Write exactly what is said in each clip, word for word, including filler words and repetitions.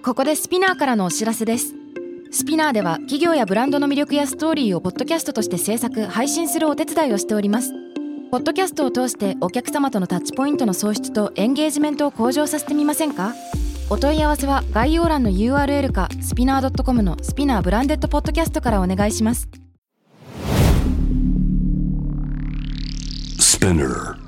ここでスピナーからのお知らせです。スピナーでは企業やブランドの魅力やストーリーをポッドキャストとして制作・配信するお手伝いをしております。ポッドキャストを通してお客様とのタッチポイントの創出とエンゲージメントを向上させてみませんか？お問い合わせは概要欄の ユーアールエル かスピナー ドットコム のスピナーブランデッドポッドキャストからお願いします。スピナー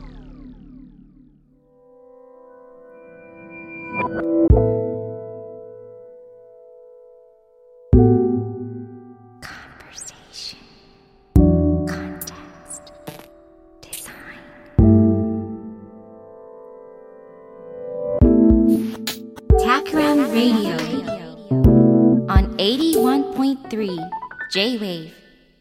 Radio on エイティワンポイントスリー J-Wave。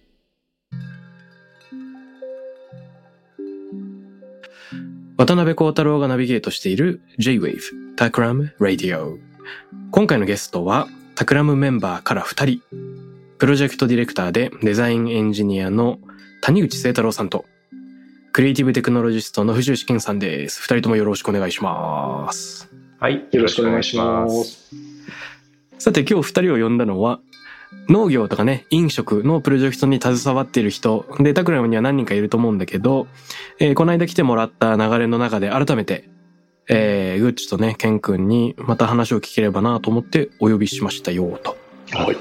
渡辺幸太郎がナビゲートしている J-Wave タクラム Radio。 今回のゲストはタクラムメンバーからふたり、プロジェクトディレクターでデザインエンジニアの谷口清太郎さんとクリエイティブテクノロジストの藤吉健さんです。ふたりともよろしくお願いします。 はい、よろしくお願いします。 さて今日ふたりを呼んだのは農業とかね、飲食のプロジェクトに携わっている人で、タクラムには何人かいると思うんだけど、えー、この間来てもらった流れの中で改めて、えー、グッチとね、ケン君にまた話を聞ければなと思ってお呼びしましたよと。 はい。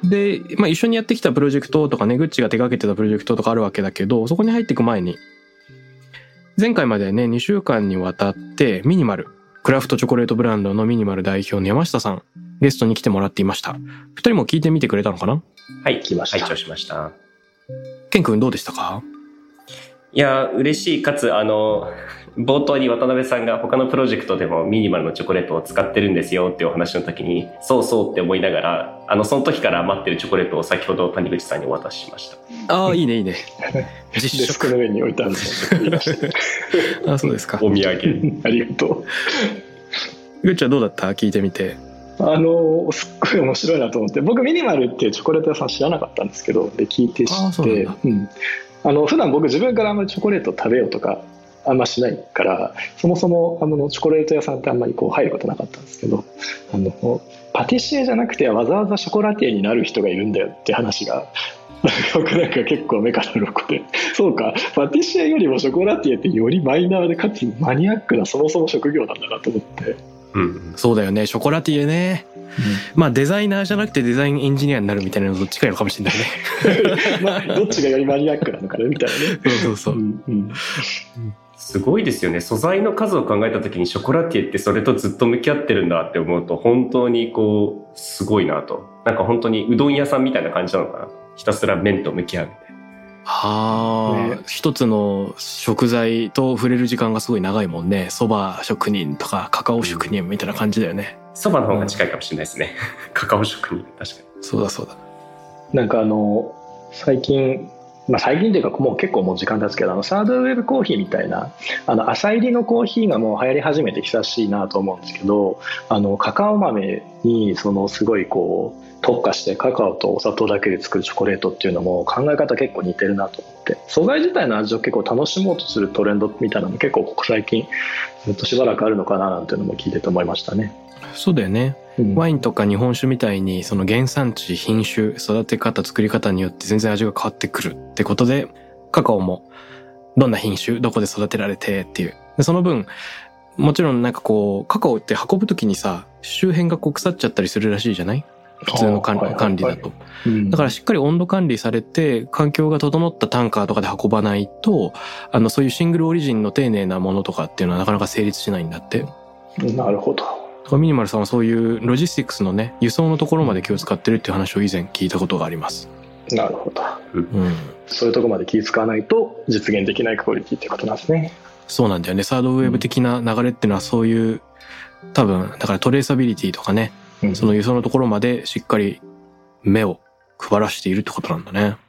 で、まあ一緒にやってきたプロジェクトとかね、グッチが手掛けてたプロジェクトとかあるわけだけど、そこに入っていく前に、前回までね、にしゅうかんにわたってミニマル、クラフトチョコレートブランドのミニマル代表の山下さん、ゲストに来てもらっていました。ふたりも聞いてみてくれたのかな？ はい、来ました。拝聴しました。 ケン君どうでしたか？ いや、嬉しい。かつ、あの、冒頭に渡辺さんが他のプロジェクトでもミニマルのチョコレートを使ってるんですよっていうお話の時に、そうそうって思いながら、あの、その時から余ってるチョコレートを先ほど谷口さんにお渡ししました。 ああ、いいねいいね。 実食。デスクの上に置いてあるの。あ、そうですか。 お土産。 ありがとう。 グッチはどうだった？聞いてみて。 あのすっごい面白いなと思って、僕ミニマルっていうチョコレート屋さん知らなかったんですけど、で聞いて知って、うん、あの普段僕自分からあんまりチョコレート食べようとかあんましないから、そもそもあのチョコレート屋さんってあんまりこう入ることなかったんですけど、あのパティシエじゃなくてわざわざショコラティエになる人がいるんだよって話が僕なんか結構目から鱗で、そうか、パティシエよりもショコラティエってよりマイナーでかつマニアックなそもそも職業なんだなと思って。 うん、そうだよね、ショコラティエね、うん、まあデザイナーじゃなくてデザインエンジニアになるみたいなのどっちかいのかもしれないねまあどっちがよりマニアックなのかねみたいなね。 そうそうそう、うんうん、 すごいですよね。素材の数を考えた時にショコラティエってそれとずっと向き合ってるんだって思うと本当にこうすごいなと。なんか本当にうどん屋さんみたいな感じなのかな、ひたすら麺と向き合うみたいな。 はあ、ね、一つの食材と触れる時間がすごい長いもんね。蕎麦職人とかカカオ職人みたいな感じだよね。 蕎麦の方が近いかもしれないですね、うん、カカオ職人、確かにそうだそうだ。 なんかあの最近、まあ、最近というかもう結構もう時間経つけど、あのサードウェブコーヒーみたいなあの朝入りのコーヒーがもう流行り始めて久しいなと思うんですけど、あのカカオ豆にそのすごいこう特化してカカオとお砂糖だけで作るチョコレートっていうのも考え方結構似てるなと思って、素材自体の味を結構楽しもうとするトレンドみたいなのも結構ここ最近ずっとしばらくあるのかななんていうのも聞いてて思いましたね。 そうだよね、うん、ワインとか日本酒みたいにその原産地、品種、育て方、作り方によって全然味が変わってくるってことで、カカオもどんな品種、どこで育てられてっていう、でその分もちろんなんかこうカカオって運ぶときにさ、周辺がこう腐っちゃったりするらしいじゃない、普通の管理、管理だと、うん、だからしっかり温度管理されて環境が整ったタンカーとかで運ばないと、あのそういうシングルオリジンの丁寧なものとかっていうのはなかなか成立しないんだって。 なるほど。 だからミニマルさんはそういうロジスティックスのね、輸送のところまで気を使ってるっていう話を以前聞いたことがあります。 なるほど、 うん、 そういうところまで気を使わないと実現できないクオリティってことなんですね。 そうなんだよね。サードウェブ的な流れっていうのはそういう、多分だからトレーサビリティとかね、うん、その輸送のところまでしっかり目を配らしているってことなんだね。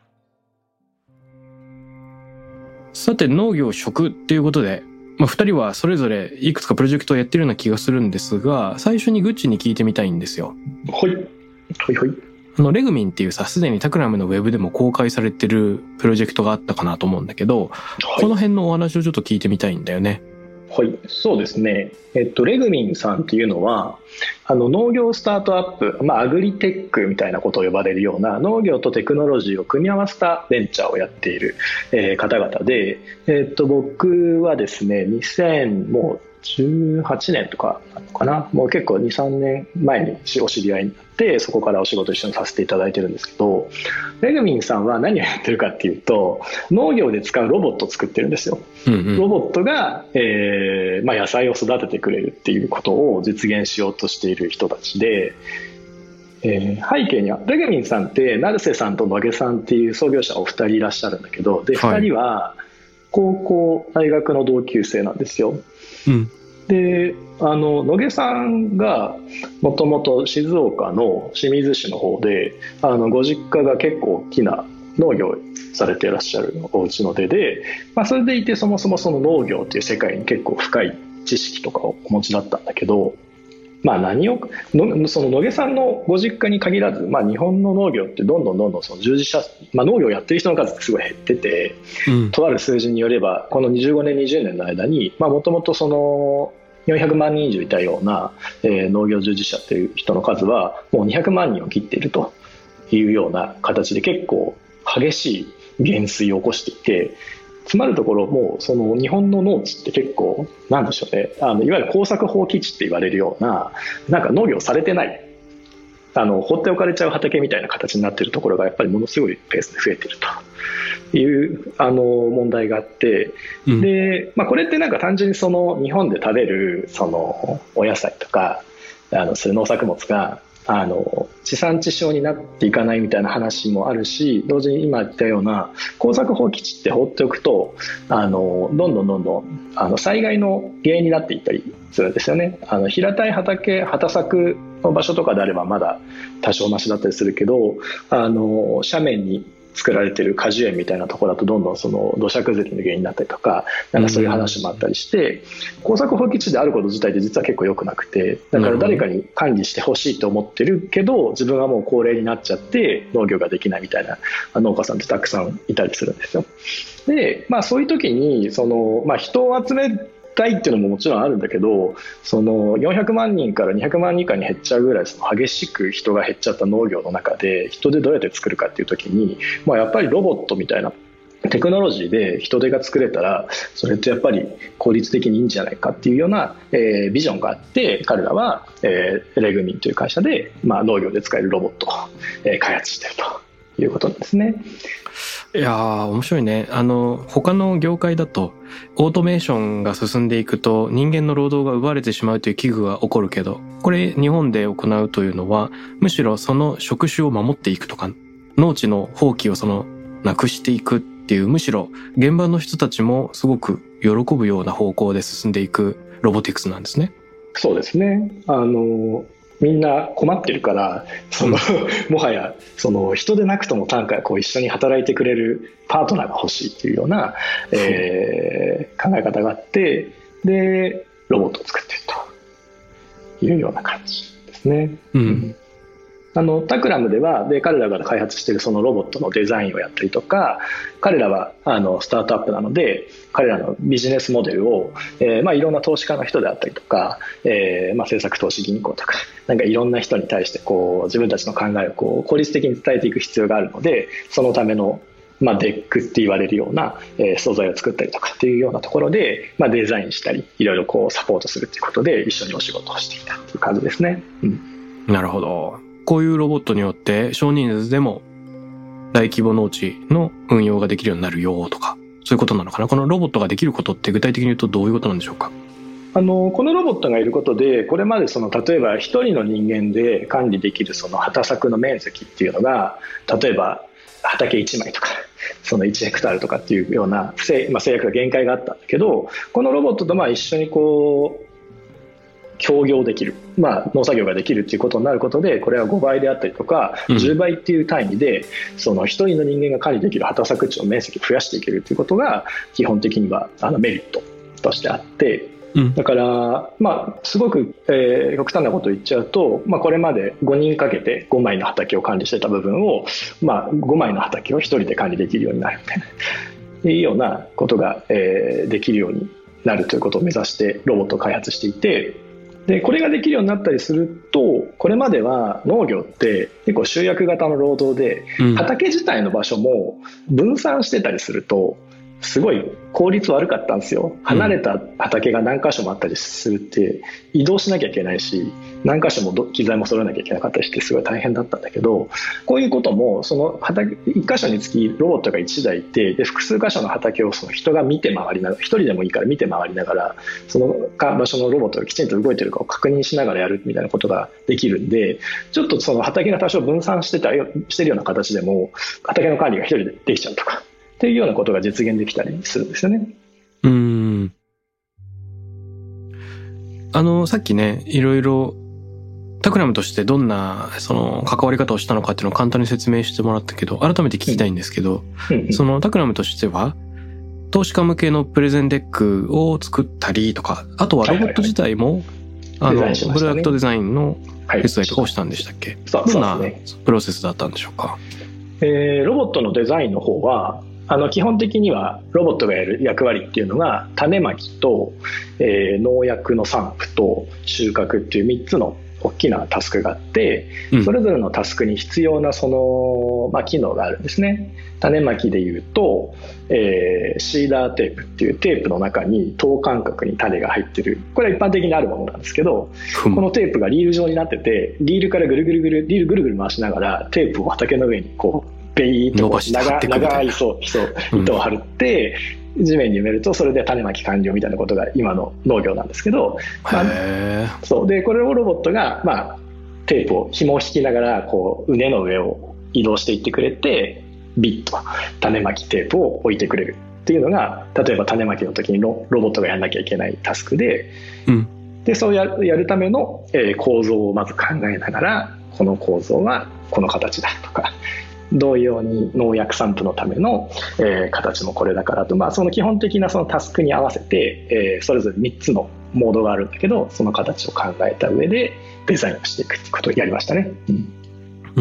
さて農業食っていうことで、まあ、ふたりはそれぞれいくつかプロジェクトをやってるような気がするんですが、最初にグッチに聞いてみたいんですよ。 はいはいはい。 あのレグミンっていうさ、すでにタクラムのウェブでも公開されてるプロジェクトがあったかなと思うんだけど、はい、この辺のお話をちょっと聞いてみたいんだよね。 はい、そうですね、えっと、レグミンさんっていうのはあの農業スタートアップ、まあ、アグリテックみたいなことを呼ばれるような農業とテクノロジーを組み合わせたベンチャーをやっている、えー、方々で、えー、っと僕はですねにせんじゅうはちねんとかなのかな、もう結構 にさんねんまえにお知り合いになって、そこからお仕事一緒にさせていただいてるんですけど、レグミンさんは何をやってるかっていうと、農業で使うロボットを作ってるんですよ、うんうん、ロボットが、えーまあ、野菜を育ててくれるっていうことを実現しようとしている人たちで、えー、背景にはレグミンさんって成瀬さんと野毛さんっていう創業者お二人いらっしゃるんだけど、でふたりは高校大学の同級生なんですよ、うん、であの野毛さんがもともと静岡の清水市の方で、あのご実家が結構大きな農業されていらっしゃるお家の出で、まあ、それでいてそもそもその農業という世界に結構深い知識とかをお持ちだったんだけど、まあ、何をのその野毛さんのご実家に限らず、まあ、日本の農業ってどんどんどんどんその従事者、まあ、農業をやってる人の数ってすごい減ってて、うん、とある数字によればこのにじゅうごねんにじゅうねんの間にもともとそのよんひゃくまんにん以上いたような、えー、農業従事者という人の数はもうにひゃくまんにんを切っているというような形で結構激しい減衰を起こしていて、つまるところもうその日本の農地って結構なんでしょうね、あのいわゆる耕作放棄地って言われるような、なんか農業されてない、あの放っておかれちゃう畑みたいな形になっているところがやっぱりものすごいペースで増えているというあの問題があって、うん、で、まあ、これってなんか単純にその日本で食べるそのお野菜とかあのそういう農作物があの地産地消になっていかないみたいな話もあるし、同時に今言ったような耕作放棄地って放っておくとあのどんどんどんどんあの災害の原因になっていったりするんですよね。あの平たい畑畑作の場所とかであればまだ多少マシだったりするけど、あの斜面に作られている果樹園みたいなところだとどんどんその土砂崩れの原因になったりとか、なんかそういう話もあったりして、耕作放棄地であること自体って実は結構良くなくて、だから誰かに管理してほしいと思ってるけど自分はもう高齢になっちゃって農業ができないみたいな農家さんってたくさんいたりするんですよ。で、まあ、そういう時にその、まあ、人を集めたいっていうのももちろんあるんだけど、そのよんひゃくまんにんからにひゃくまんにん以下に減っちゃうぐらいその激しく人が減っちゃった農業の中で人でどうやって作るかっていう時に、まあ、やっぱりロボットみたいなテクノロジーで人手が作れたらそれってやっぱり効率的にいいんじゃないかっていうような、えー、ビジョンがあって、彼らは、えー、レグミンという会社で、まあ、農業で使えるロボットを、えー、開発しているということなんですね。 いやー面白いね。あの他の業界だとオートメーションが進んでいくと人間の労働が奪われてしまうという危惧が起こるけど、これ日本で行うというのはむしろその職種を守っていくとか、農地の放棄をそのなくしていくっていう、むしろ現場の人たちもすごく喜ぶような方向で進んでいくロボティクスなんですね。 そうですね。あのみんな困ってるからその、うん、もはやその人でなくとも単価こう一緒に働いてくれるパートナーが欲しいというような、えー、考え方があって、でロボットを作っているというような感じですね。うん、あのタクラムではで彼らが開発しているそのロボットのデザインをやったりとか、彼らはあのスタートアップなので彼らのビジネスモデルを、えーまあ、いろんな投資家の人であったりとか、えーまあ、政策投資銀行とかなんかいろんな人に対してこう自分たちの考えをこう効率的に伝えていく必要があるので、そのための、まあ、デックって言われるような、えー、素材を作ったりとかっていうようなところで、まあ、デザインしたりいろいろこうサポートするということで一緒にお仕事をしていたという感じですね。うん、 なるほど。こういうロボットによって少人数でも大規模農地の運用ができるようになるよとか、そういうことなのかな。このロボットができることって具体的に言うとどういうことなんでしょうか。 あのこのロボットがいることでこれまでその例えば一人の人間で管理できるその畑作の面積っていうのが、例えば畑いちまいとかそのいちヘクタールとかっていうような制、まあ、制約が限界があったんだけど、このロボットとまあ一緒にこう協業できる、まあ、農作業ができるっていうことになることで、これはごばいであったりとかじゅうばいっていう単位でその一人の人間が管理できる畑作地の面積を増やしていけるということが基本的にはあのメリットとしてあって、だから、まあ、すごく、えー、極端なことを言っちゃうと、まあ、これまでごにんかけてごまいの畑を管理してた部分を、まあ、ごまいの畑をひとりで管理できるようになるみたいなっていうようなことが、えー、できるようになるということを目指してロボットを開発していて、 でこれができるようになったりすると、これまでは農業って結構集約型の労働で、畑自体の場所も分散してたりするとすごい効率悪かったんですよ。離れた畑が何箇所もあったりするって移動しなきゃいけないし、何箇所も機材も揃えなきゃいけなかったりしてすごい大変だったんだけど、こういうこともその畑いっ箇所につきロボットがいちだいいて、で複数箇所の畑をその人が見て回りながら、ひとりでもいいから見て回りながら、その場所のロボットがきちんと動いてるかを確認しながらやるみたいなことができるんで、ちょっとその畑が多少分散してたしてるような形でも畑の管理がひとりでできちゃうとかっていうようなことが実現できたりするんですよね。 うーん。あの、さっきね、いろいろタクラムとしてどんなその関わり方をしたのかっていうのを簡単に説明してもらったけど、改めて聞きたいんですけど、うんうん、そのタクラムとしては投資家向けのプレゼンデックを作ったりとか、あとはロボット自体も、はいはいはい、あの、プロダクトデザインの手伝いとかをしたんでしたっけ？はい、どんなプロセスだったんでしょうか？ えー、ロボットのデザインの方はあの基本的にはロボットがやる役割っていうのが種まきと、えー、農薬の散布と収穫っていうみっつの大きなタスクがあって、うん、それぞれのタスクに必要なその、まあ、機能があるんですね。種まきでいうと、えー、シーダーテープっていうテープの中に等間隔に種が入ってる、これは一般的にあるものなんですけど、うん、このテープがリール状になってて、リールからぐるぐるぐるリールぐるぐる回しながらテープを畑の上にこうベイーッとこう長, 長いそう糸を張って地面に埋めると、それで種まき完了みたいなことが今の農業なんですけど、まあ、そうでこれをロボットが、まあ、テープを紐を引きながらこう畝の上を移動していってくれて、ビッと種まきテープを置いてくれるっていうのが、例えば種まきの時に ロ, ロボットがやらなきゃいけないタスクで、うん、でそう や, やるための、えー、構造をまず考えながら、この構造はこの形だとか、同様に農薬散布のための、えー、形もこれだからと、まあ、その基本的なそのタスクに合わせて、えー、それぞれみっつのモードがあるんだけど、その形を考えた上でデザインをしていくってことをやりましたね。うん。 うん、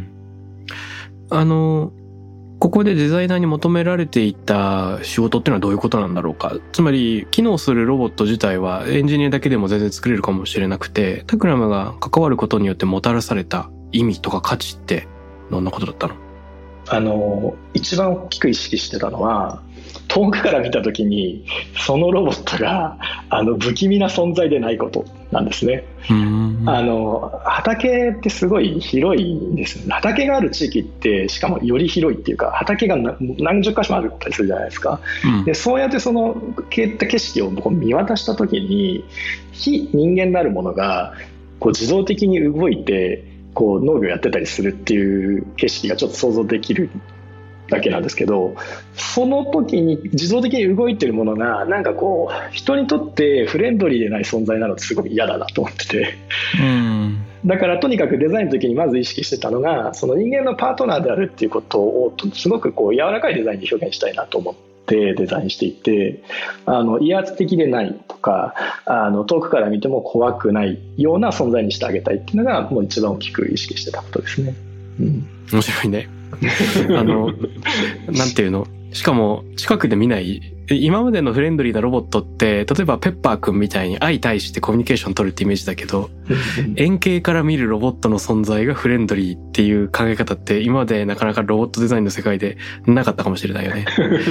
あのここでデザイナーに求められていた仕事っていうのはどういうことなんだろうか。つまり機能するロボット自体はエンジニアだけでも全然作れるかもしれなくて、タクラムが関わることによってもたらされた意味とか価値ってどんなことだったの？ あの一番大きく意識してたのは、遠くから見た時にそのロボットがあの不気味な存在でないことなんですね。うんあの畑ってすごい広いんです。畑がある地域ってしかもより広いっていうか、畑が何十箇所もあるったりするじゃないですか、うん、でそうやってその景色を僕見渡した時に、非人間なるものがこう自動的に動いてこう農業やってたりするっていう景色がちょっと想像できるだけなんですけど、その時に自動的に動いてるものがなんかこう人にとってフレンドリーでない存在なのってすごく嫌だなと思ってて、うんだからとにかくデザインの時にまず意識してたのが、その人間のパートナーであるっていうことをすごくこう柔らかいデザインで表現したいなと思ってデザインしていて、あの威圧的でないとか、あの遠くから見ても怖くないような存在にしてあげたいっていうのがもう一番大きく意識してたことですね。うん、 面白いね。あのなんていうの、しかも近くで見ない、今までのフレンドリーなロボットって例えばペッパーくんみたいに相対してコミュニケーション取るってイメージだけど円形から見るロボットの存在がフレンドリーっていう考え方って今までなかなかロボットデザインの世界でなかったかもしれないよね。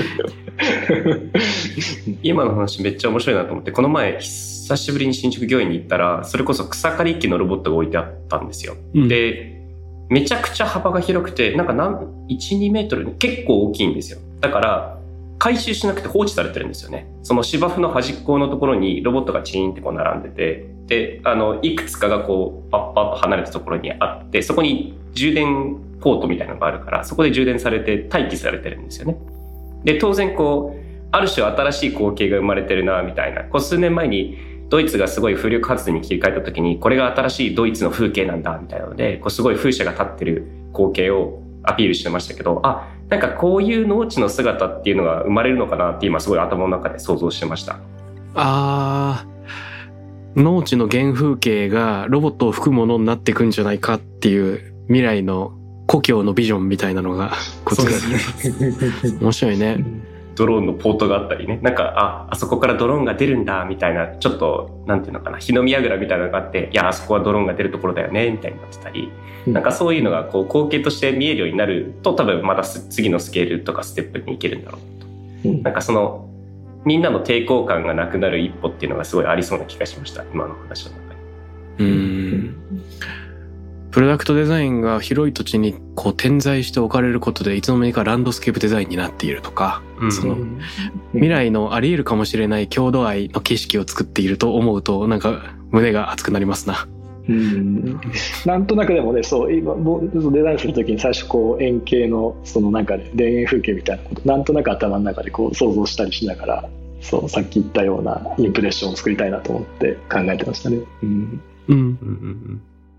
今の話めっちゃ面白いなと思って、この前久しぶりに新宿御苑に行ったら、それこそ草刈り機のロボットが置いてあったんですよ、うん、でめちゃくちゃ幅が広くて、なんか何 いち、にメートル結構大きいんですよ。だから回収しなくて放置されてるんですよね。その芝生の端っこのところにロボットがチーンってこう並んでて、であのいくつかがこうパッパッと離れたところにあって、そこに充電ポートみたいなのがあるから、そこで充電されて待機されてるんですよね。で当然こうある種新しい光景が生まれてるなみたいな、こう数年前にドイツがすごい風力発電に切り替えた時に、これが新しいドイツの風景なんだみたいなので、こうすごい風車が立ってる光景をアピールしてましたけど、あ、なんかこういう農地の姿っていうのが生まれるのかなって今すごい頭の中で想像してました。 あー、農地の原風景がロボットを含むものになっていくんじゃないかっていう未来の故郷のビジョンみたいなのがこっちから面白いね。 ドローンのポートがあったりね、なんかああそこからドローンが出るんだみたいな、ちょっとなんていうのかな、火の見櫓みたいなのがあって、いやあそこはドローンが出るところだよねみたいになってたり、うん、なんかそういうのがこう光景として見えるようになると、多分また次のスケールとかステップに行けるんだろうと、うん、なんかそのみんなの抵抗感がなくなる一歩っていうのがすごいありそうな気がしました、今の話の中に。 うーん、プロダクトデザインが広い土地にこう点在して置かれることでいつの間にかランドスケープデザインになっているとか、うん、その未来のあり得るかもしれない郷土愛の景色を作っていると思うと、なんか胸が熱くなりますな。 うん、なんとなくでもね、そう今デザインするときに最初こう円形のそのなんかね田園風景みたいなことなんとなく頭の中でこう想像したりしながら、そうさっき言ったようなインプレッションを作りたいなと思って考えてましたね。うんうんうん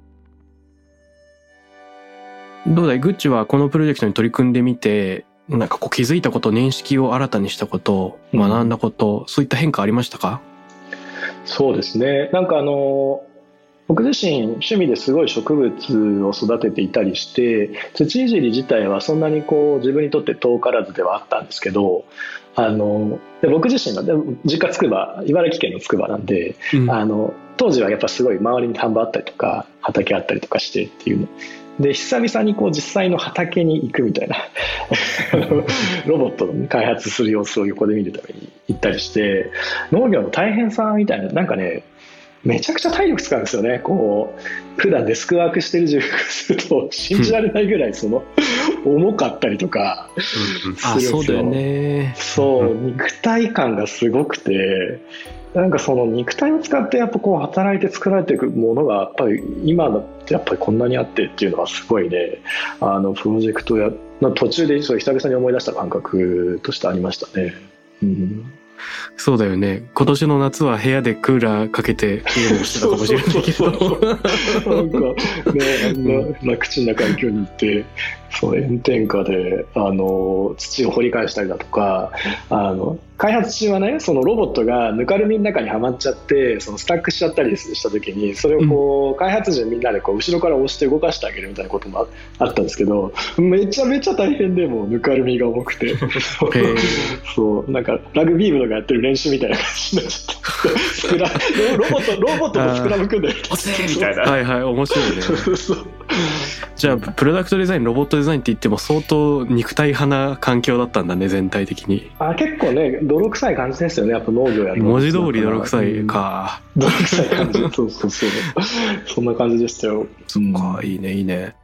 うん、どうだいグッチはこのプロジェクトに取り組んでみて、なんかこう気づいたこと、認識を新たにしたこと、学んだこと、うん、そういった変化ありましたか？ そうですね、なんかあの僕自身趣味ですごい植物を育てていたりして、土いじり自体はそんなにこう自分にとって遠からずではあったんですけど、あので僕自身が実家つくば、茨城県のつくばなんで、うん、あの当時はやっぱすごい周りに田んぼあったりとか畑あったりとかしてっていうので、久々にこう実際の畑に行くみたいなロボットの開発する様子を横で見るために行ったりして、農業の大変さみたいな、なんかねめちゃくちゃ体力使うんですよね。こう普段デスクワークしてる自分からすると信じられないぐらいその重かったりとかするんですよ。 あ、そうだよね。 そう、肉体感がすごくて、なんかその肉体を使ってやっぱこう働いて作られていくものがやっぱり今だってやっぱりこんなにあってっていうのはすごいね、あのプロジェクトや途中でそう久々に思い出した感覚としてありましたね。うん、 そうだよね。今年の夏は部屋でクーラーかけてゲームしてたかもしれないけどなんかね、あんな楽ちんな環境に行ってそう炎天下であの土を掘り返したりだとか、あの開発中はね、そのロボットがぬかるみの中にはまっちゃってそのスタックしちゃったりした時に、それをこう、うん、開発陣みんなでこう後ろから押して動かしてあげるみたいなこともあったんですけど、めちゃめちゃ大変で、もうぬかるみが重くてそうなんかラグビー部とかやってる練習みたいな感じになっちゃってスクラロボットロボットとスクラム組んでるみたいなはいはい、面白いねそうそうじゃあプロダクトデザイン、ロボットデザインって言っても相当肉体派な環境だったんだね、全体的に。 あ、結構ね泥臭い感じですよね、やっぱ農業やる文字通り泥臭いか、 うん、泥臭い感じそうそうそうそんな感じでしたよ。 そっか、いいねいいね。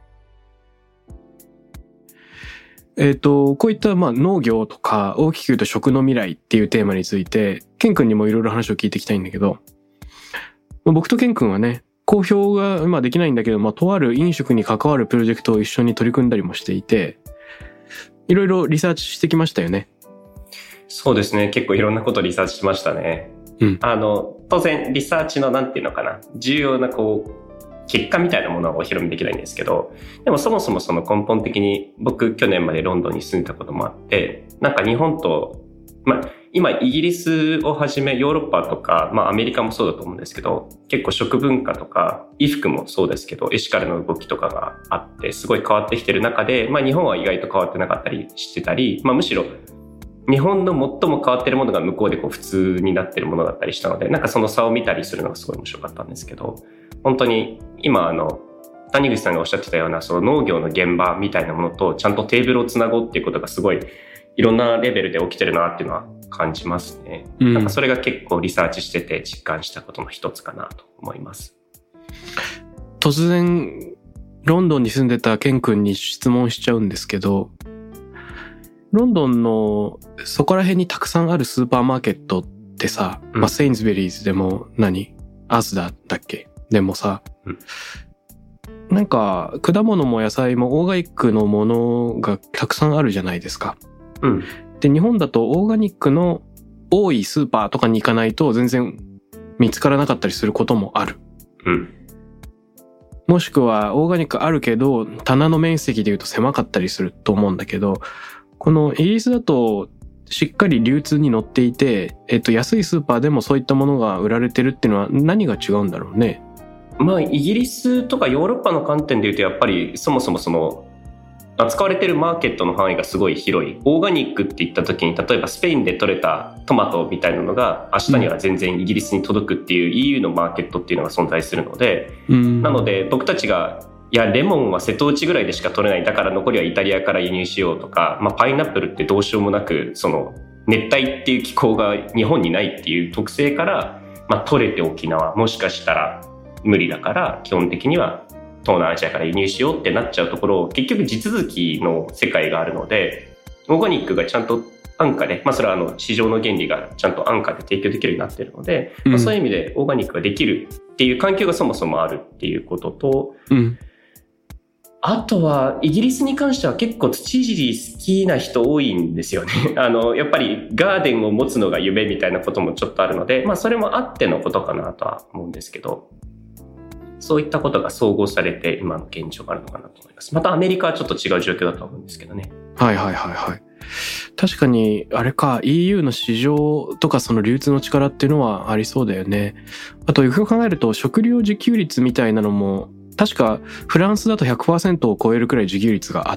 えっとこういったまあ農業とか大きく言うと食の未来っていうテーマについてケン君にもいろいろ話を聞いていきたいんだけど、僕とケン君はね公表がまあできないんだけど、まあ、とある飲食に関わるプロジェクトを一緒に取り組んだりもしていて、いろいろリサーチしてきましたよね。 そうですね、結構いろんなことをリサーチしましたね。うん、あの当然リサーチのなんていうのかな、重要なこう結果みたいなものはお披露目できないんですけど、でもそもそもその根本的に僕去年までロンドンに住んでたこともあって、なんか日本とまあ今イギリスをはじめヨーロッパとか、まあアメリカもそうだと思うんですけど、結構食文化とか衣服もそうですけどエシカルの動きとかがあってすごい変わってきてる中で、まあ日本は意外と変わってなかったりしてたり、まあむしろ日本の最も変わってるものが向こうでこう普通になってるものだったりしたので、なんかその差を見たりするのがすごい面白かったんですけど、本当に今あの谷口さんがおっしゃってたようなその農業の現場みたいなものとちゃんとテーブルをつなごうっていうことがすごいいろんなレベルで起きてるなっていうのは感じますね。うん、なんかそれが結構リサーチしてて実感したことの一つかなと思います。 突然ロンドンに住んでたケン君に質問しちゃうんですけど、ロンドンのそこら辺にたくさんあるスーパーマーケットってさ、うん、まあ、セインズベリーズでも何アスダだっけでもさ、うん、なんか果物も野菜もオーガニックのものがたくさんあるじゃないですか。うん、で日本だとオーガニックの多いスーパーとかに行かないと全然見つからなかったりすることもある。うん、もしくはオーガニックあるけど棚の面積でいうと狭かったりすると思うんだけど、このイギリスだとしっかり流通に乗っていて、えっと安いスーパーでもそういったものが売られてるっていうのは何が違うんだろうね。 まあイギリスとかヨーロッパの観点でいうとやっぱりそもそもその使われてるマーケットの範囲がすごい広い。オーガニックって言った時に、例えばスペインで採れたトマトみたいなのが明日には全然イギリスに届くっていう イーユー のマーケットっていうのが存在するので、うん、なので僕たちがいやレモンは瀬戸内ぐらいでしか取れない、だから残りはイタリアから輸入しようとか、まあ、パイナップルってどうしようもなくその熱帯っていう気候が日本にないっていう特性から、まあ、取れて沖縄もしかしたら無理だから基本的には東南アジアから輸入しようってなっちゃうところ、結局地続きの世界があるので、オーガニックがちゃんと安価で、まあ、それはあの市場の原理がちゃんと安価で提供できるようになっているので、うん、まあ、そういう意味でオーガニックができるっていう環境がそもそもあるっていうことと、うん、あとはイギリスに関しては結構土いじり好きな人多いんですよね。あのやっぱりガーデンを持つのが夢みたいなこともちょっとあるので、まあ、それもあってのことかなとは思うんですけど、そういったことが総合されて今の現状があるのかなと思います。またアメリカはちょっと違う状況だと思うんですけどね。 はいはいはいはい。確かにあれか イーユー の市場とかその流通の力っていうのはありそうだよね。あとよく考えると食料自給率みたいなのも確かフランスだと ひゃくパーセント を超えるくらい自給率があって、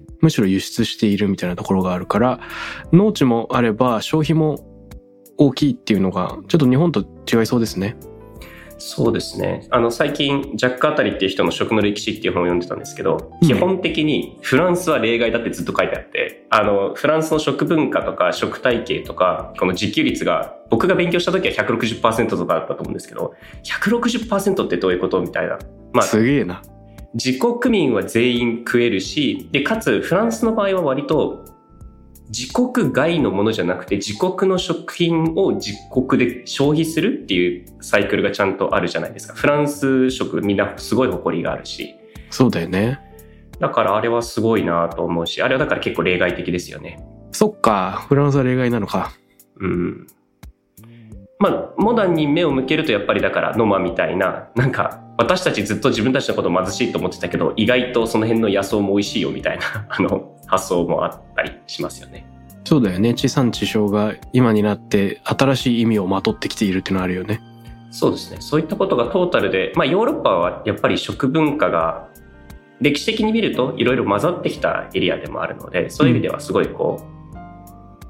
むしろ輸出しているみたいなところがあるから、農地もあれば消費も大きいっていうのがちょっと日本と違いそうですね。 そうですね。あの最近ジャック・アタリっていう人の食の歴史っていう本を読んでたんですけど、うん、基本的にフランスは例外だってずっと書いてあって、あのフランスの食文化とか食体系とかこの自給率が僕が勉強した時は ひゃくろくじゅっパーセント とかだったと思うんですけど、 ひゃくろくじゅっパーセント ってどういうことみたいな、まあ、 すげえな。 自国民は全員食えるし、でかつフランスの場合は割と自国外のものじゃなくて自国の食品を自国で消費するっていうサイクルがちゃんとあるじゃないですか。フランス食みんなすごい誇りがあるし。 そうだよね。 だからあれはすごいなと思うし、あれはだから結構例外的ですよね。 そっか、フランスは例外なのか。 うん。まあモダンに目を向けるとやっぱりだからノマみたいな、なんか私たちずっと自分たちのことを貧しいと思ってたけど意外とその辺の野草も美味しいよみたいなあの発想もあったりしますよね。 そうだよね。地産地消が今になって新しい意味をまとってきているっていうのはあるよね。 そうですね。そういったことがトータルで、まあヨーロッパはやっぱり食文化が歴史的に見るといろいろ混ざってきたエリアでもあるので、そういう意味ではすごいこう、うん、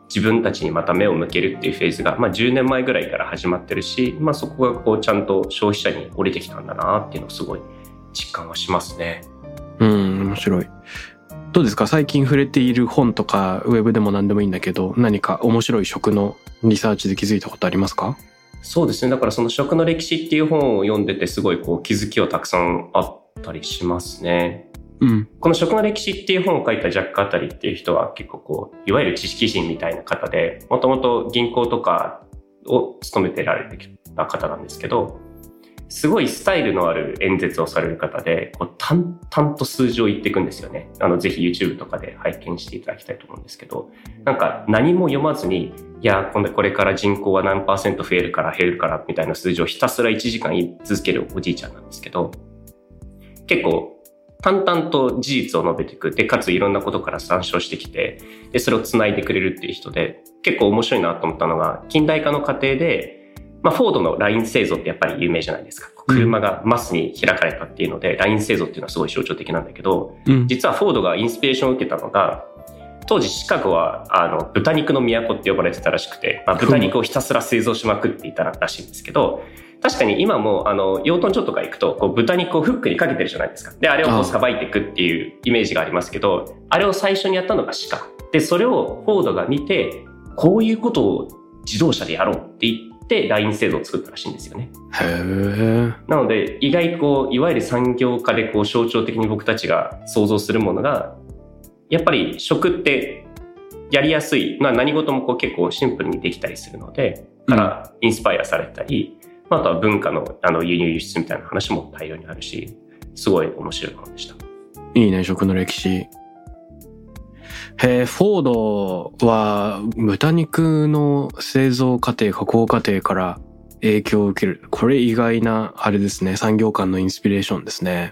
自分たちにまた目を向けるっていうフェーズが、まあ、じゅうねんまえぐらいから始まってるし、まあ、そこがこうちゃんと消費者に降りてきたんだなっていうのをすごい実感はしますね。 うん、面白い。どうですか、最近触れている本とかウェブでも何でもいいんだけど、何か面白い食のリサーチで気づいたことありますか？ そうですね。だからその食の歴史っていう本を読んでてすごいこう気づきはたくさんあったりしますね。うん、この食の歴史っていう本を書いたジャック・アタリっていう人は結構こういわゆる知識人みたいな方で、もともと銀行とかを務めてられてきた方なんですけど、すごいスタイルのある演説をされる方で、こう淡々と数字を言っていくんですよね。あのぜひ YouTube とかで拝見していただきたいと思うんですけど、なんか何も読まずに、いや今度これから人口は何パーセント増えるから減るからみたいな数字をひたすらいちじかん言い続けるおじいちゃんなんですけど、結構淡々と事実を述べていく。で、かついろんなことから参照してきて、で、それを繋いでくれるっていう人で、結構面白いなと思ったのが、近代化の過程で、まあ、フォードのライン製造ってやっぱり有名じゃないですか。車がマスに開かれたっていうので、うん、ライン製造っていうのはすごい象徴的なんだけど、うん、実はフォードがインスピレーションを受けたのが、当時シカゴはあの豚肉の都って呼ばれてたらしくて、まあ、豚肉をひたすら製造しまくっていたらしいんですけど、確かに今もあの養豚場とか行くとこう豚肉をフックにかけてるじゃないですか。であれをこうさばいていくっていうイメージがありますけど、あれを最初にやったのがシカゴで、それをフォードが見てこういうことを自動車でやろうって言ってライン製造を作ったらしいんですよね。 へー。 なので意外こういわゆる産業化でこう象徴的に僕たちが想像するものが、やっぱり食ってやりやすい、まあ、何事もこう結構シンプルにできたりするので、からインスパイアされたり、うん、あとは文化の、あの輸入輸出みたいな話も大量にあるし、すごい面白い本でした。 いいね、食の歴史。へえ、フォードは豚肉の製造過程、加工過程から影響を受ける。これ意外なあれですね、産業間のインスピレーションですね。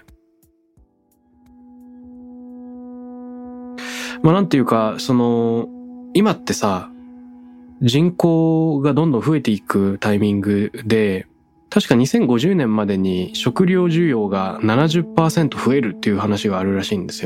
まあなんていうか、その今ってさ、人口がどんどん増えていくタイミングで、確かにせんごじゅうねんまでに食料需要が ななじゅっパーセント 増えるっていう話があるらしいんですよね。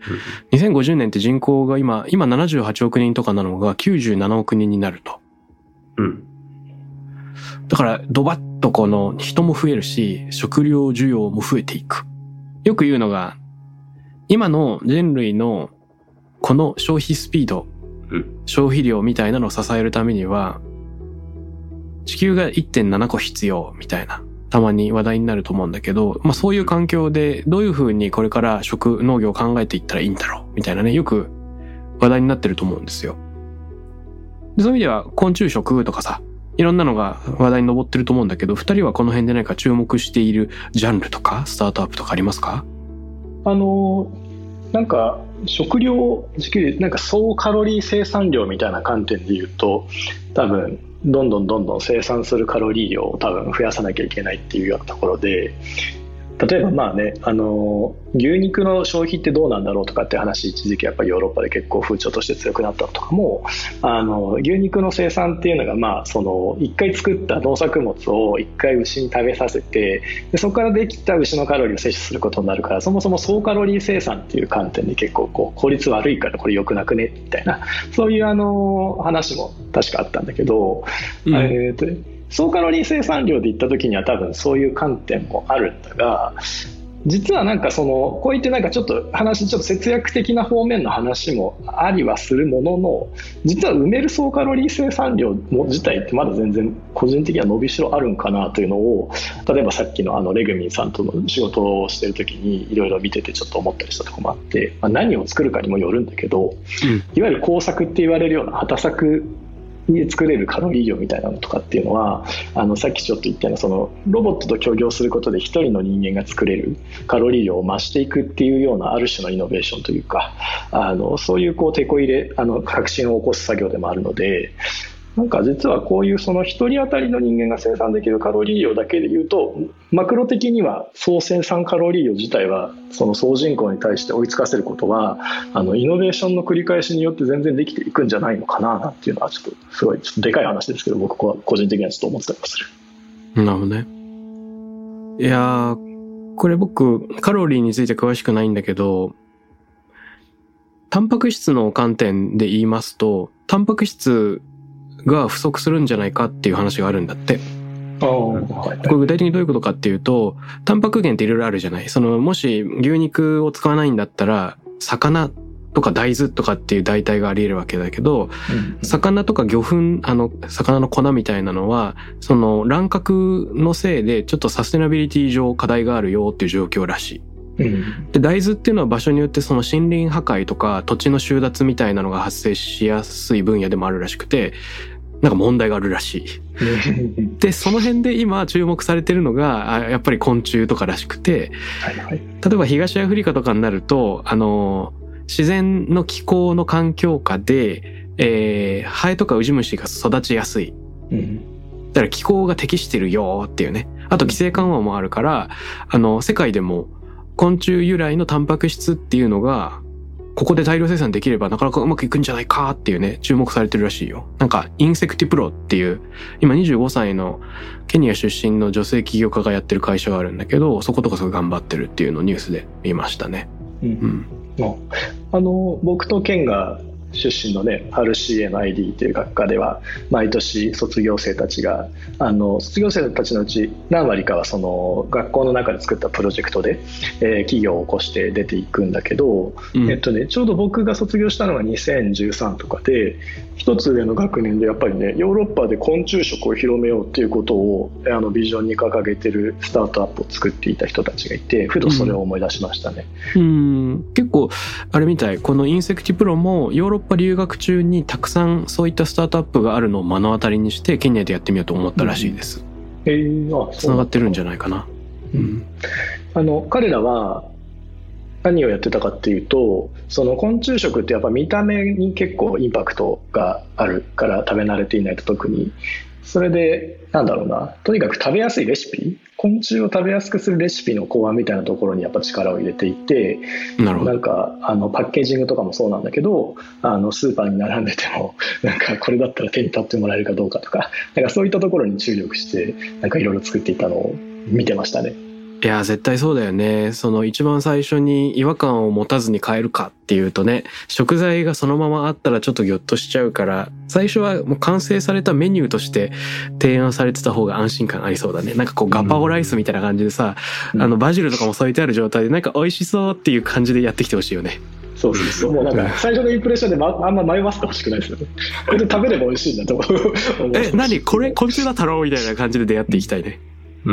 にせんごじゅうねんって人口が今、今ななじゅうはちおくにんとかなのがきゅうじゅうななおくにんになると。 うん。 だからドバッとこの人も増えるし、食料需要も増えていく。よく言うのが、今の人類のこの消費スピード、うん、消費量みたいなのを支えるためには、地球が いってんなな 個必要みたいな、たまに話題になると思うんだけど、まあそういう環境でどういう風にこれから食農業を考えていったらいいんだろうみたいなね、よく話題になってると思うんですよ。でそういう意味では昆虫食とかさ、いろんなのが話題に上ってると思うんだけど、二人はこの辺で何か注目しているジャンルとかスタートアップとかありますか？ あのなんか食料自給率、なんか総カロリー生産量みたいな観点で言うと、多分どんどんどんどん生産するカロリー量を多分増やさなきゃいけないっていうようなところで、例えばまあね、あの牛肉の消費ってどうなんだろうとかって話、一時期やっぱりヨーロッパで結構風潮として強くなったのとかも、あの牛肉の生産っていうのが、まあその一回作った農作物を一回牛に食べさせて、でそこからできた牛のカロリーを摂取することになるから、そもそも総カロリー生産っていう観点で結構こう効率悪いからこれ良くなくねみたいな、そういうあの話も確かあったんだけど、うん、えーと総カロリー生産量で言った時には多分そういう観点もあるんだが、実はなんかそのこういってなんかちょっと話、ちょっと節約的な方面の話もありはするものの、実は埋める総カロリー生産量も自体ってまだ全然個人的には伸びしろあるんかなというのを、例えばさっきのあのレグミンさんとの仕事をしてる時にいろいろ見ててちょっと思ったりしたところもあって、まあ、何を作るかにもよるんだけど、うん、いわゆる工作って言われるような畑作に作れるカロリー量みたいなのとかっていうのは、あのさっきちょっと言ったようなそのロボットと協業することで一人の人間が作れるカロリー量を増していくっていうようなある種のイノベーションというか、あのそういうこうテこ入れ、あの革新を起こす作業でもあるので、なんか実はこういうその一人当たりの人間が生産できるカロリー量だけでいうと、マクロ的には総生産カロリー量自体はその総人口に対して追いつかせることは、あのイノベーションの繰り返しによって全然できていくんじゃないのかななんていうのは、ちょっとすごいちょっとでかい話ですけど、僕は個人的にはちょっと思ってたりもする。 なるほどね。いやー、これ僕カロリーについて詳しくないんだけど、タンパク質の観点で言いますと、タンパク質が不足するんじゃないかっていう話があるんだって。 あ、はい、 これ具体的にどういうことかっていうと、タンパク源っていろいろあるじゃない。そのもし牛肉を使わないんだったら、魚とか大豆とかっていう代替があり得るわけだけど、うん、魚とか魚粉、あの魚の粉みたいなのは、その乱獲のせいでちょっとサステナビリティ上課題があるよっていう状況らしい。うん、で大豆っていうのは場所によってその森林破壊とか土地の収奪みたいなのが発生しやすい分野でもあるらしくて、なんか問題があるらしい。で、その辺で今注目されてるのが、やっぱり昆虫とからしくて、はいはい、例えば東アフリカとかになると、あの、自然の気候の環境下で、えー、ハエとかウジ虫が育ちやすい。うん、だから気候が適してるよっていうね。あと規制緩和もあるから、あの、世界でも昆虫由来のタンパク質っていうのが、ここで大量生産できればなかなかうまくいくんじゃないかっていうね、注目されてるらしいよ。なんか、インセクティプロっていう、今にじゅうごさいのケニア出身の女性起業家がやってる会社があるんだけど、そことかすごい頑張ってるっていうのをニュースで見ましたね。うん。 うん、あの、僕とケンが出身のね アールシーエー の アイディー という学科では毎年卒業生たちがあの卒業生たちのうち何割かはその学校の中で作ったプロジェクトで、えー、企業を起こして出ていくんだけど、うんえっとね、ちょうど僕が卒業したのがにせんじゅうさんとかで一つ上の学年でやっぱりねヨーロッパで昆虫食を広めようっていうことをあのビジョンに掲げてるスタートアップを作っていた人たちがいてふとそれを思い出しましたね、 うん、うん結構あれみたいこのインセクティプロもヨーロッパ留学中にたくさんそういったスタートアップがあるのを目の当たりにしてケニアでやってみようと思ったらしいです、 うん、えー、あつながってるんじゃないかな、 うん、あの彼らは何をやってたかっていうとその昆虫食ってやっぱ見た目に結構インパクトがあるから食べ慣れていないと特にそれでなんだろうなとにかく食べやすいレシピ昆虫を食べやすくするレシピの考案みたいなところにやっぱ力を入れていてなるほどなんかあのパッケージングとかもそうなんだけどあのスーパーに並んでてもなんかこれだったら手に取ってもらえるかどうかとかなんかそういったところに注力してなんかいろいろ作っていたのを見てましたね。 いや絶対そうだよね。その一番最初に違和感を持たずに買えるかっていうとね、食材がそのままあったらちょっとギョッとしちゃうから、最初はもう完成されたメニューとして提案されてた方が安心感ありそうだね。なんかこうガパオライスみたいな感じでさ、うん、あのバジルとかも添えてある状態でなんか美味しそうっていう感じでやってきてほしいよね。 そうそうそう。もうなんか最初のインプレッションで、ま、あんま迷わせてほしくないですよね。これで食べれば美味しいんだと思う。 え、何これこっちだ太郎みたいな感じで出会っていきたいね。うん。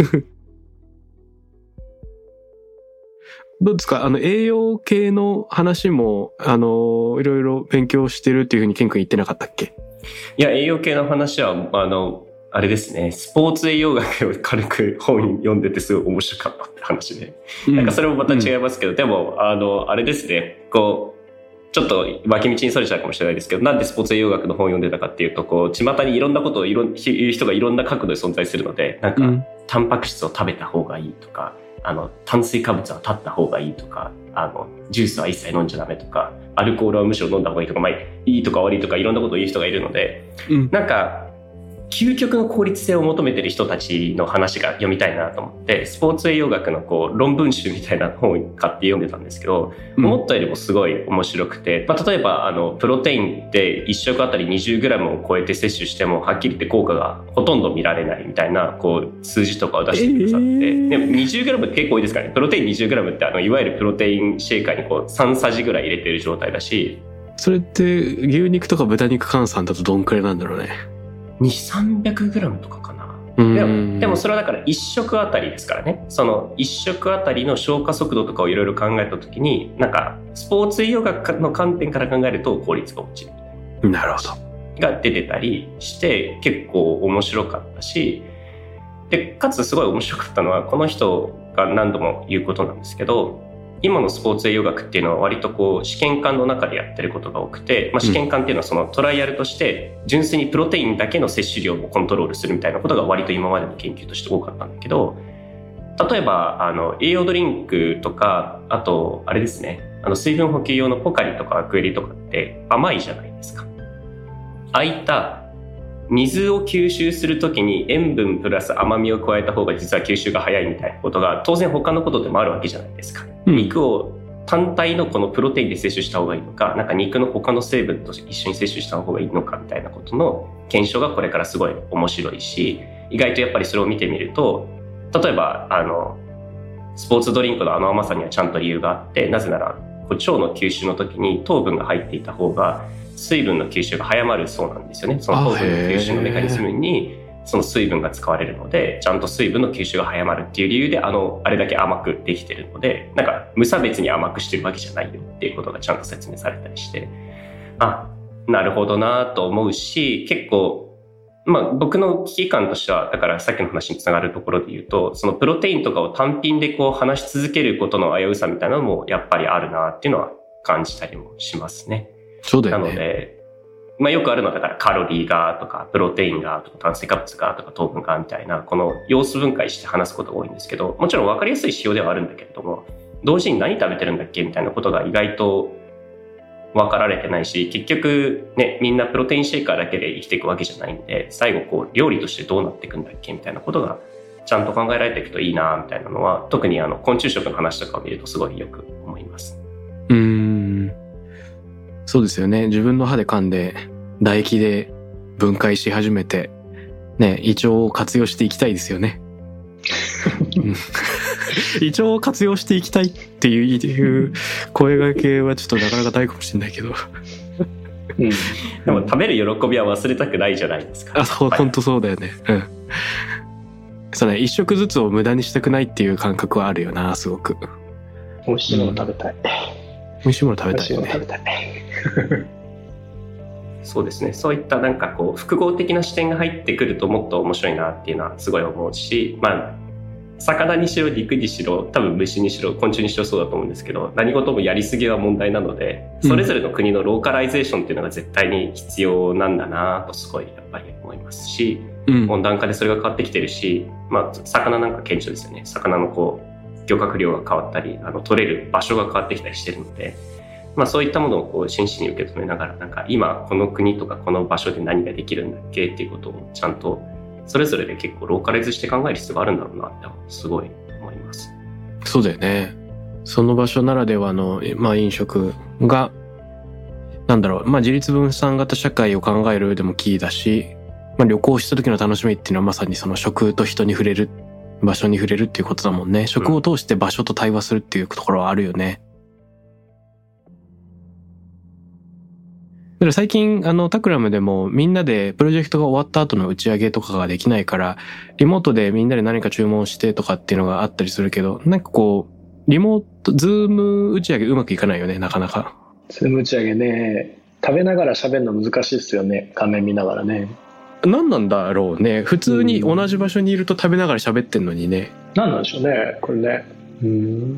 どうですか？あの栄養系の話もあのいろいろ勉強してるっていうふうにケン君言ってなかったっけ？ いや、栄養系の話はあのあれですね、スポーツ栄養学を軽く本読んでてすごい面白かったって話で、うん、なんかそれもまた違いますけど、うん、でもあのあれですね、こうちょっと脇道にそれちゃうかもしれないですけど、なんでスポーツ栄養学の本を読んでたかっていうと、こう巷にいろんなことをいろん言う人がいろんな角度で存在するので、なんか、うん、タンパク質を食べた方がいいとか、あの炭水化物は断った方がいいとか、あのジュースは一切飲んじゃダメとか、アルコールはむしろ飲んだ方がいいとか、まあ、いいとか悪いとかいろんなことを言う人がいるので、うん、なんか究極の効率性を求めてる人たちの話が読みたいなと思って、スポーツ栄養学のこう論文集みたいな本を買って読んでたんですけど、うん、思ったよりもすごい面白くて、まあ、例えばあのプロテインっていっ食あたり にじゅうグラム を超えて摂取してもはっきり言って効果がほとんど見られないみたいなこう数字とかを出してくださって、えー、でも にじゅうグラム って結構多いですからね。プロテイン にじゅうグラム ってあのいわゆるプロテインシェイカーにこうさんさじぐらい入れてる状態だし、 それって牛肉とか豚肉換算だとどんくらいなんだろうね。 にひゃく、さんびゃくグラム とかかな。でも、でもそれはだからいっ食あたりですからね。そのいっ食あたりの消化速度とかをいろいろ考えたときに、なんかスポーツ栄養学の観点から考えると効率が落ちる。 なるほど。 が出てたりして結構面白かったし、で、かつすごい面白かったのはこの人が何度も言うことなんですけど、今のスポーツ栄養学っていうのは割とこう試験管の中でやってることが多くて、まあ、試験管っていうのはそのトライアルとして純粋にプロテインだけの摂取量をコントロールするみたいなことが割と今までの研究として多かったんだけど、例えばあの栄養ドリンクとか、あとあれですね、あの水分補給用のポカリとかアクエリとかって甘いじゃないですか。ああいった水を吸収するときに塩分プラス甘みを加えた方が実は吸収が早いみたいなことが当然他のことでもあるわけじゃないですか、うん、肉を単体のこのプロテインで摂取した方がいいのか、なんか肉の他の成分と一緒に摂取した方がいいのかみたいなことの検証がこれからすごい面白いし、意外とやっぱりそれを見てみると、例えばあのスポーツドリンクのあの甘さにはちゃんと理由があって、なぜならこう腸の吸収の時に糖分が入っていた方が水分の吸収が早まるそうなんですよね。その糖分の吸収のメカニズムにその水分が使われるので、ちゃんと水分の吸収が早まるっていう理由であのあれだけ甘くできてるので、なんか無差別に甘くしてるわけじゃないよっていうことがちゃんと説明されたりして、あ、なるほどなと思うし、結構まあ僕の危機感としては、だからさっきの話につながるところで言うと、そのプロテインとかを単品でこう話し続けることの危うさみたいなのもやっぱりあるなっていうのは感じたりもしますね。 そうだよね。 なので、まあよくあるのはだからカロリーがとかプロテインがとか炭水化物がとか糖分がみたいなこの要素分解して話すことが多いんですけど、もちろん分かりやすい指標ではあるんだけれども、同時に何食べてるんだっけみたいなことが意外と分かられてないし、結局ね、みんなプロテインシェイカーだけで生きていくわけじゃないんで、最後こう料理としてどうなっていくんだっけみたいなことがちゃんと考えられていくといいなみたいなのは、特にあの昆虫食の話とかを見るとすごいよく思います。 うーん、そうですよね。自分の歯で噛んで唾液で分解し始めてね、胃腸を活用していきたいですよね。胃腸を活用していきたいっていう声掛けはちょっとなかなか大かもしれないけど、 うん、でも食べる喜びは忘れたくないじゃないですか。 あ、そう、本当そうだよね。うん。そうね、一食ずつを無駄にしたくないっていう感覚はあるよな、すごく。 美味しいもの食べたい。うん、 美味しいもの食べたいよね。 美味しいもの食べたい。 そうですね。そういったなんかこう複合的な視点が入ってくるともっと面白いなっていうのはすごい思うし、まあ魚にしろ肉にしろ多分虫にしろ昆虫にしろそうだと思うんですけど、何事もやりすぎは問題なので、それぞれの国のローカライゼーションっていうのが絶対に必要なんだなとすごいやっぱり思いますし、うん、温暖化でそれが変わってきてるし、まあ魚なんか顕著ですよね。魚のこう漁獲量が変わったり、あの取れる場所が変わってきたりしてるので、まあそういったものをこう真摯に受け止めながら、なんか今この国とかこの場所で何ができるんだっけっていうことをちゃんとそれぞれで結構ローカライズして考える必要があるんだろうなってすごい思います。 そうだよね。その場所ならではの、まあ、飲食がなんだろう、まあ、自立分散型社会を考える上でもキーだし、まあ、旅行した時の楽しみっていうのはまさにその食と人に触れる、場所に触れるっていうことだもんね。食を通して場所と対話するっていうところはあるよね。だから最近あのタクラムでもみんなでプロジェクトが終わった後の打ち上げとかができないからリモートでみんなで何か注文してとかっていうのがあったりするけど、なんかこうリモートズーム打ち上げうまくいかないよね、なかなか。 ズーム打ち上げね、食べながら喋るの難しいですよね、画面見ながらね。 何なんだろうね、普通に同じ場所にいると食べながら喋ってんのにね。 何なんでしょうねこれね。うん、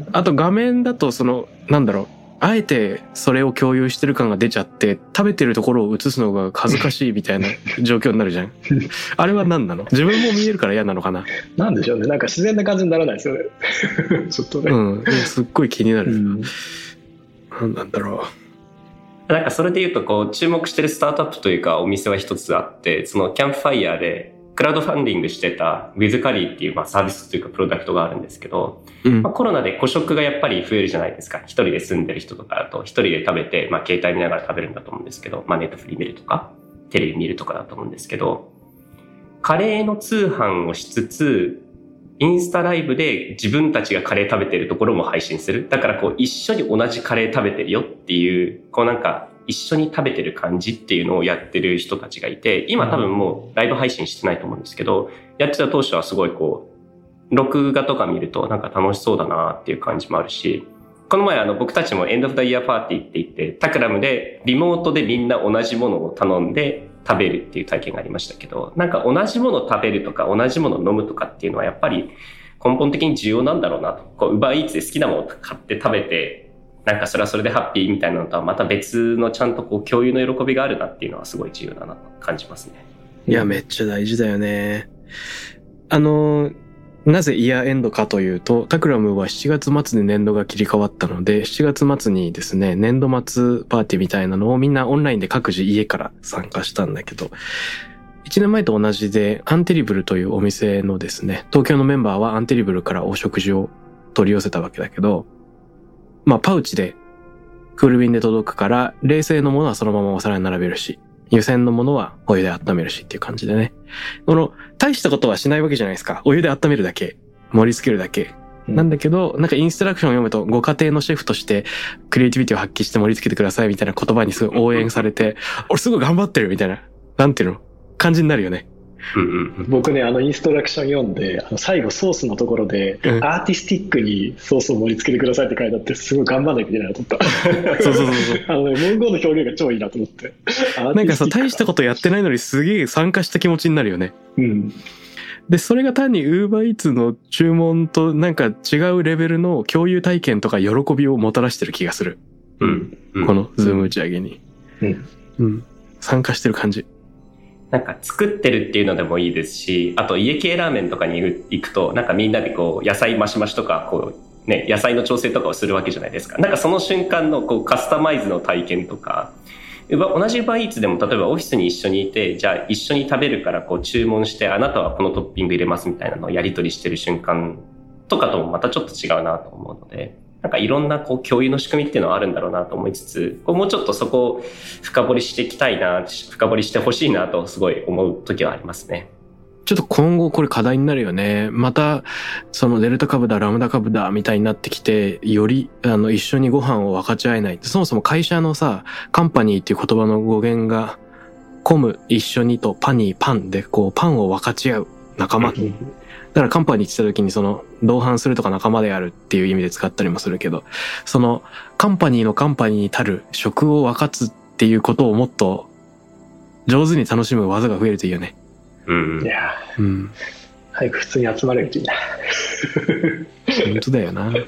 あと画面だとそのなんだろう、あえてそれを共有してる感が出ちゃって食べてるところを映すのが恥ずかしいみたいな状況になるじゃんあれは何なの？自分も見えるから嫌なのかな。 なんでしょうね、なんか自然な感じにならないですよねちょっとね、 うん、すっごい気になる、うん、何なんだろう。なんかそれで言うとこう注目してるスタートアップというかお店は一つあって、そのキャンプファイヤーでクラウドファンディングしてた With Curry っていうまあサービスというかプロダクトがあるんですけど、うんまあ、コロナで個食がやっぱり増えるじゃないですか。一人で住んでる人とかだと一人で食べて、まあ、携帯見ながら食べるんだと思うんですけど、まあ、ネットフリー見るとかテレビ見るとかだと思うんですけど、カレーの通販をしつつインスタライブで自分たちがカレー食べてるところも配信する。だからこう一緒に同じカレー食べてるよっていうこうなんか一緒に食べてる感じっていうのをやってる人たちがいて、今多分もうライブ配信してないと思うんですけど、やってた当初はすごいこう録画とか見るとなんか楽しそうだなっていう感じもあるし、この前あの僕たちもエンドオブザイヤーパーティーって言ってタクラムでリモートでみんな同じものを頼んで食べるっていう体験がありましたけど、なんか同じものを食べるとか同じものを飲むとかっていうのはやっぱり根本的に重要なんだろうなと。こう Uber Eats で好きなものを買って食べてなんかそれはそれでハッピーみたいなのとはまた別のちゃんとこう共有の喜びがあるなっていうのはすごい重要だなと感じますね。 いやめっちゃ大事だよね。あのなぜイヤーエンドかというと、タクラムはしちがつ末で年度が切り替わったので、しちがつ末にですね年度末パーティーみたいなのをみんなオンラインで各自家から参加したんだけど、いちねんまえと同じでアンテリブルというお店のですね、東京のメンバーはアンテリブルからお食事を取り寄せたわけだけど、まあパウチでクール便で届くから冷製のものはそのままお皿に並べるし、湯煎のものはお湯で温めるしっていう感じでね、この大したことはしないわけじゃないですか。お湯で温めるだけ、盛り付けるだけ、うん、なんだけどなんかインストラクションを読むとご家庭のシェフとしてクリエイティビティを発揮して盛り付けてくださいみたいな言葉にすごい応援されて俺すごい頑張ってるみたいな、なんていうの感じになるよね。 僕ねあのインストラクション読んであの最後ソースのところで、うん、アーティスティックにソースを盛り付けてくださいって書いてあってすごい頑張らなきゃいけないなと思ったそうそうそうそうあの、ね、文言の表現が超いいなと思ってなんかさ大したことやってないのにすげえ参加した気持ちになるよね。うんでそれが単に Uber Eats の注文となんか違うレベルの共有体験とか喜びをもたらしてる気がする、うんうん、このズーム打ち上げに、うんうん、参加してる感じ。 なんか作ってるっていうのでもいいですし、あと家系ラーメンとかに行くとなんかみんなでこう野菜マシマシとかこうね野菜の調整とかをするわけじゃないですか。なんかその瞬間のこうカスタマイズの体験とか、同じ Uber Eats でも例えばオフィスに一緒にいてじゃあ一緒に食べるからこう注文してあなたはこのトッピング入れますみたいなのをやり取りしてる瞬間とかともまたちょっと違うなと思うので、なんかいろんなこう共有の仕組みっていうのはあるんだろうなと思いつつ、こうもうちょっとそこを深掘りしていきたいな、深掘りしてほしいなとすごい思う時はありますね。 ちょっと今後これ課題になるよね。またそのデルタ株だラムダ株だみたいになってきて、よりあの一緒にご飯を分かち合えない。そもそも会社のさカンパニーっていう言葉の語源がコム一緒にとパニーパンでこうパンを分かち合う仲間。だからカンパニーって言った時にその同伴するとか仲間であるっていう意味で使ったりもするけど、そのカンパニーのカンパニーたる食を分かつっていうことをもっと上手に楽しむ技が増えるといいよね。 うん、いや、うん、早く普通に集まれるといいな本当だよな本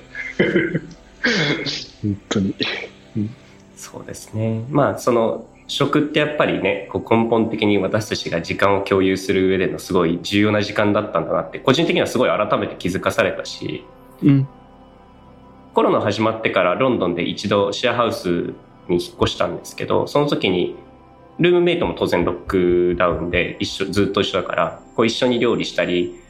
当に、 うん、そうですね。まあその食ってやっぱりねこう根本的に私たちが時間を共有する上でのすごい重要な時間だったんだなって個人的にはすごい改めて気づかされたし、うん、コロナ始まってからロンドンで一度シェアハウスに引っ越したんですけど、その時にルームメイトも当然ロックダウンで一緒ずっと一緒だからこう一緒に料理したり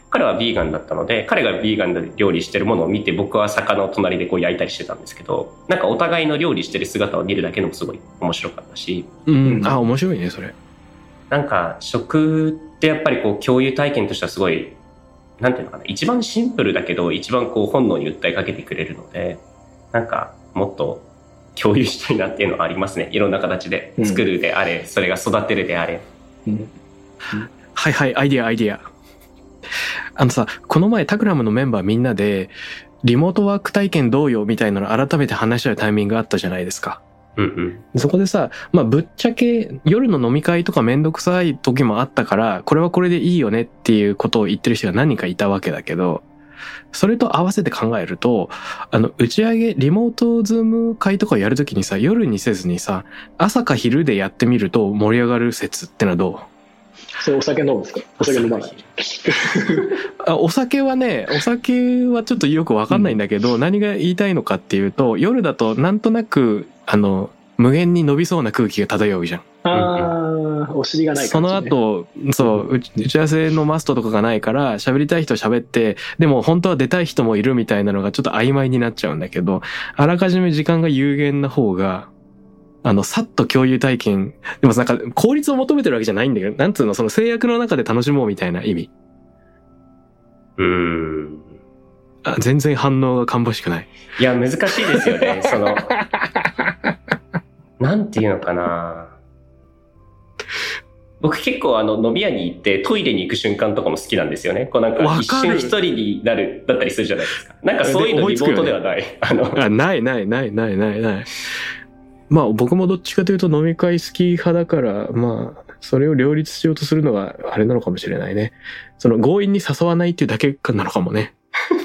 彼はビーガンだったので、彼がビーガンで料理してるものを見て、僕は魚を隣でこう焼いたりしてたんですけど、なんかお互いの料理してる姿を見るだけでもすごい面白かったし、 うん、あ、面白いねそれ。 なんか食ってやっぱりこう共有体験としてはすごい、なんていうのかな、一番シンプルだけど一番こう本能に訴えかけてくれるので、なんかもっと共有したいなっていうのはありますね。いろんな形で作るであれ、うん、それが育てるであれ、うんうん、 はいはい、アイディアアイディア。あのさ、この前タクラムのメンバーみんなでリモートワーク体験どうよみたいなの改めて話し合うタイミングがあったじゃないですか。 うんうん、 そこでさ、まあぶっちゃけ夜の飲み会とかめんどくさい時もあったから、これはこれでいいよねっていうことを言ってる人が何人かいたわけだけど、それと合わせて考えると、あの打ち上げリモートズーム会とかやるときにさ、夜にせずにさ、朝か昼でやってみると盛り上がる説ってのはどう？ それお酒飲むんですか？お酒飲まないあ、お酒はね、お酒はちょっとよくわかんないんだけど、うん、何が言いたいのかっていうと、夜だとなんとなくあの無限に伸びそうな空気が漂うじゃん。 ああ、お尻がない感じ、ね、 その後、そう、打ち合わせのマストとかがないから喋りたい人喋って、でも本当は出たい人もいるみたいなのがちょっと曖昧になっちゃうんだけど、あらかじめ時間が有限な方が、あの、さっと共有体験、でもなんか効率を求めてるわけじゃないんだけど、なんつうの、その制約の中で楽しもうみたいな意味。 うーん。 あ、全然反応が芳しくない。 いや、難しいですよね。その、なんていうのかな。僕結構あの飲み屋に行ってトイレに行く瞬間とかも好きなんですよね。こうなんか一瞬一人になるだったりするじゃないですか。なんかそういうのリモートではない。あのあ、ないないないないないない。まあ僕もどっちかというと飲み会好き派だから、まあそれを両立しようとするのがあれなのかもしれないね。その強引に誘わないっていうだけなのかもね。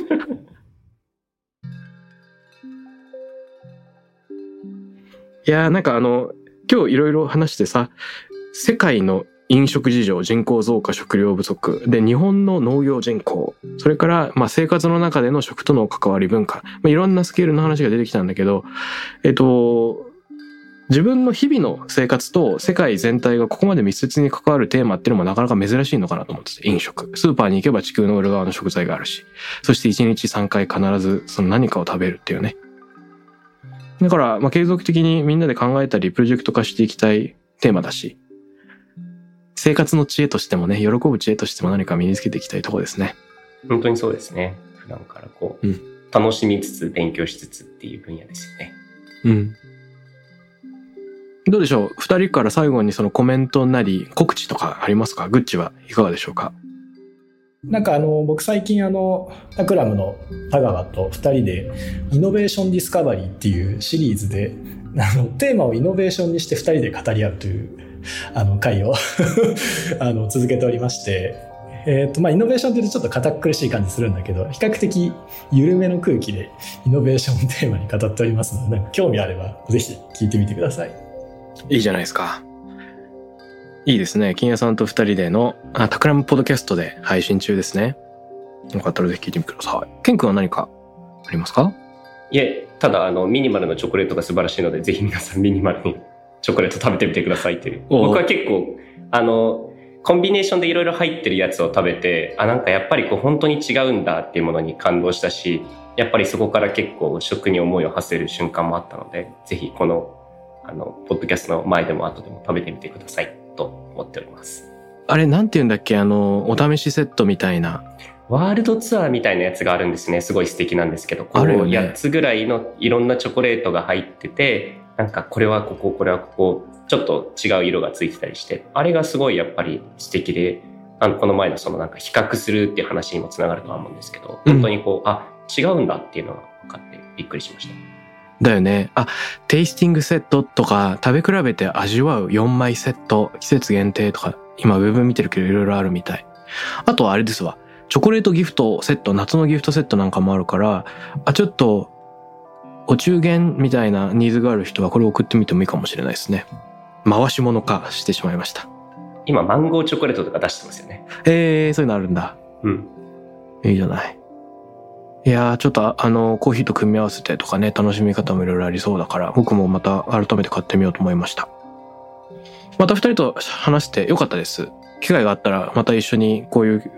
いやーなんかあの今日いろいろ話してさ、世界の飲食事情、人口増加、食料不足で日本の農業人口、それからまあ生活の中での食との関わり文化、まあ、いろんなスケールの話が出てきたんだけど、えっと自分の日々の生活と世界全体がここまで密接に関わるテーマっていうのもなかなか珍しいのかなと思ってて、飲食。スーパーに行けば地球の裏側の食材があるし、そしていちにちさんかい必ずその何かを食べるっていうね。だから、まあ、継続的にみんなで考えたりプロジェクト化していきたいテーマだし、生活の知恵としてもね、喜ぶ知恵としても何か身につけていきたいところですね。 本当にそうですね。普段からこう、うん、楽しみつつ勉強しつつっていう分野ですよね。 うん。どうでしょう、二人から最後にそのコメントなり告知とかありますか？グッチはいかがでしょうか？ なんかあの僕最近あのタクラムの田川とふたりでイノベーションディスカバリーっていうシリーズであのテーマをイノベーションにしてふたりで語り合うというあの回をあの続けておりまして、えーとまあ、イノベーションって言うとちょっと堅苦しい感じするんだけど、比較的緩めの空気でイノベーションをテーマに語っておりますので、なんか興味あればぜひ聞いてみてください。 いいじゃないですか。いいですね。金谷さんとふたりでのあタクラムポッドキャストで配信中ですね。よかったらぜひ聞いてみてください。ケン君は何かありますか？ いえ、ただあのミニマルのチョコレートが素晴らしいので、ぜひ皆さんミニマルにチョコレート食べてみてくださいっていう。僕は結構あのコンビネーションでいろいろ入ってるやつを食べて、あ、なんかやっぱりこう本当に違うんだっていうものに感動したし、やっぱりそこから結構食に思いを馳せる瞬間もあったので、ぜひこのあのポッドキャストの前でも後でも食べてみてくださいと思っております。 あれなんて言うんだっけ、あのお試しセットみたいなワールドツアーみたいなやつがあるんですね。すごい素敵なんですけど、こうやっつぐらいのいろんなチョコレートが入ってて、なんかこれはこここれはここちょっと違う色がついてたりして、あれがすごいやっぱり素敵で、あのこの前のそのなんか比較するっていう話にもつながるとは思うんですけど、本当にこう、うん、あ違うんだっていうのが分かってびっくりしました。 だよね。あ、テイスティングセットとか食べ比べて味わうよんまいセット、季節限定とか今ウェブ見てるけどいろいろあるみたい。あとはあれですわ、チョコレートギフトセット、夏のギフトセットなんかもあるから、あ、ちょっとお中元みたいなニーズがある人はこれを送ってみてもいいかもしれないですね。回し物化してしまいました。 今マンゴーチョコレートとか出してますよね。 えー、そういうのあるんだ。 うん。 いいじゃない。いやー、ちょっとあのコーヒーと組み合わせてとかね、楽しみ方もいろいろありそうだから、僕もまた改めて買ってみようと思いました。また二人と話してよかったです。機会があったらまた一緒にこういう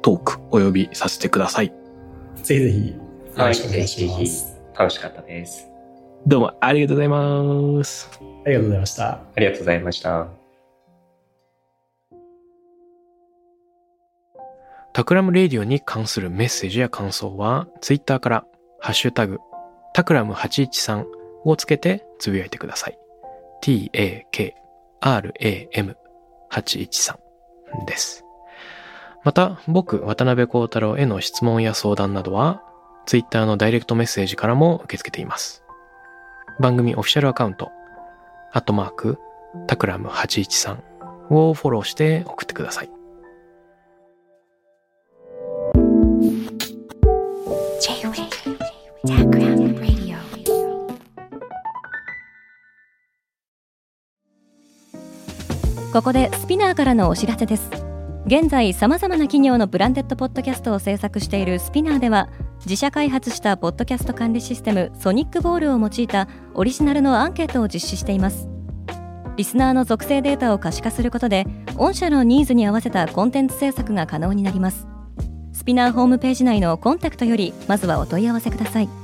トークお呼びさせてください。 ぜひぜひよはい、 ろしくお願いしまぜひす。 楽しかったです。 どうもありがとうございます。 ありがとうございました。 ありがとうございました。 タクラムレディオに関するメッセージや感想は、ツイッターからハッシュタグタクラムはちいちさんをつけてつぶやいてください。タクラムはちいちさん です。また、僕、渡辺幸太郎への質問や相談などは、ツイッターのダイレクトメッセージからも受け付けています。番組オフィシャルアカウント、アットマーク、タクラムはちいちさんをフォローして送ってください。 ここでスピナーからのお知らせです。現在さまざまな企業のブランデッドポッドキャストを制作しているスピナーでは、自社開発したポッドキャスト管理システムソニックボールを用いたオリジナルのアンケートを実施しています。リスナーの属性データを可視化することで、御社のニーズに合わせたコンテンツ制作が可能になります。スピナーホームページ内のコンタクトよりまずはお問い合わせください。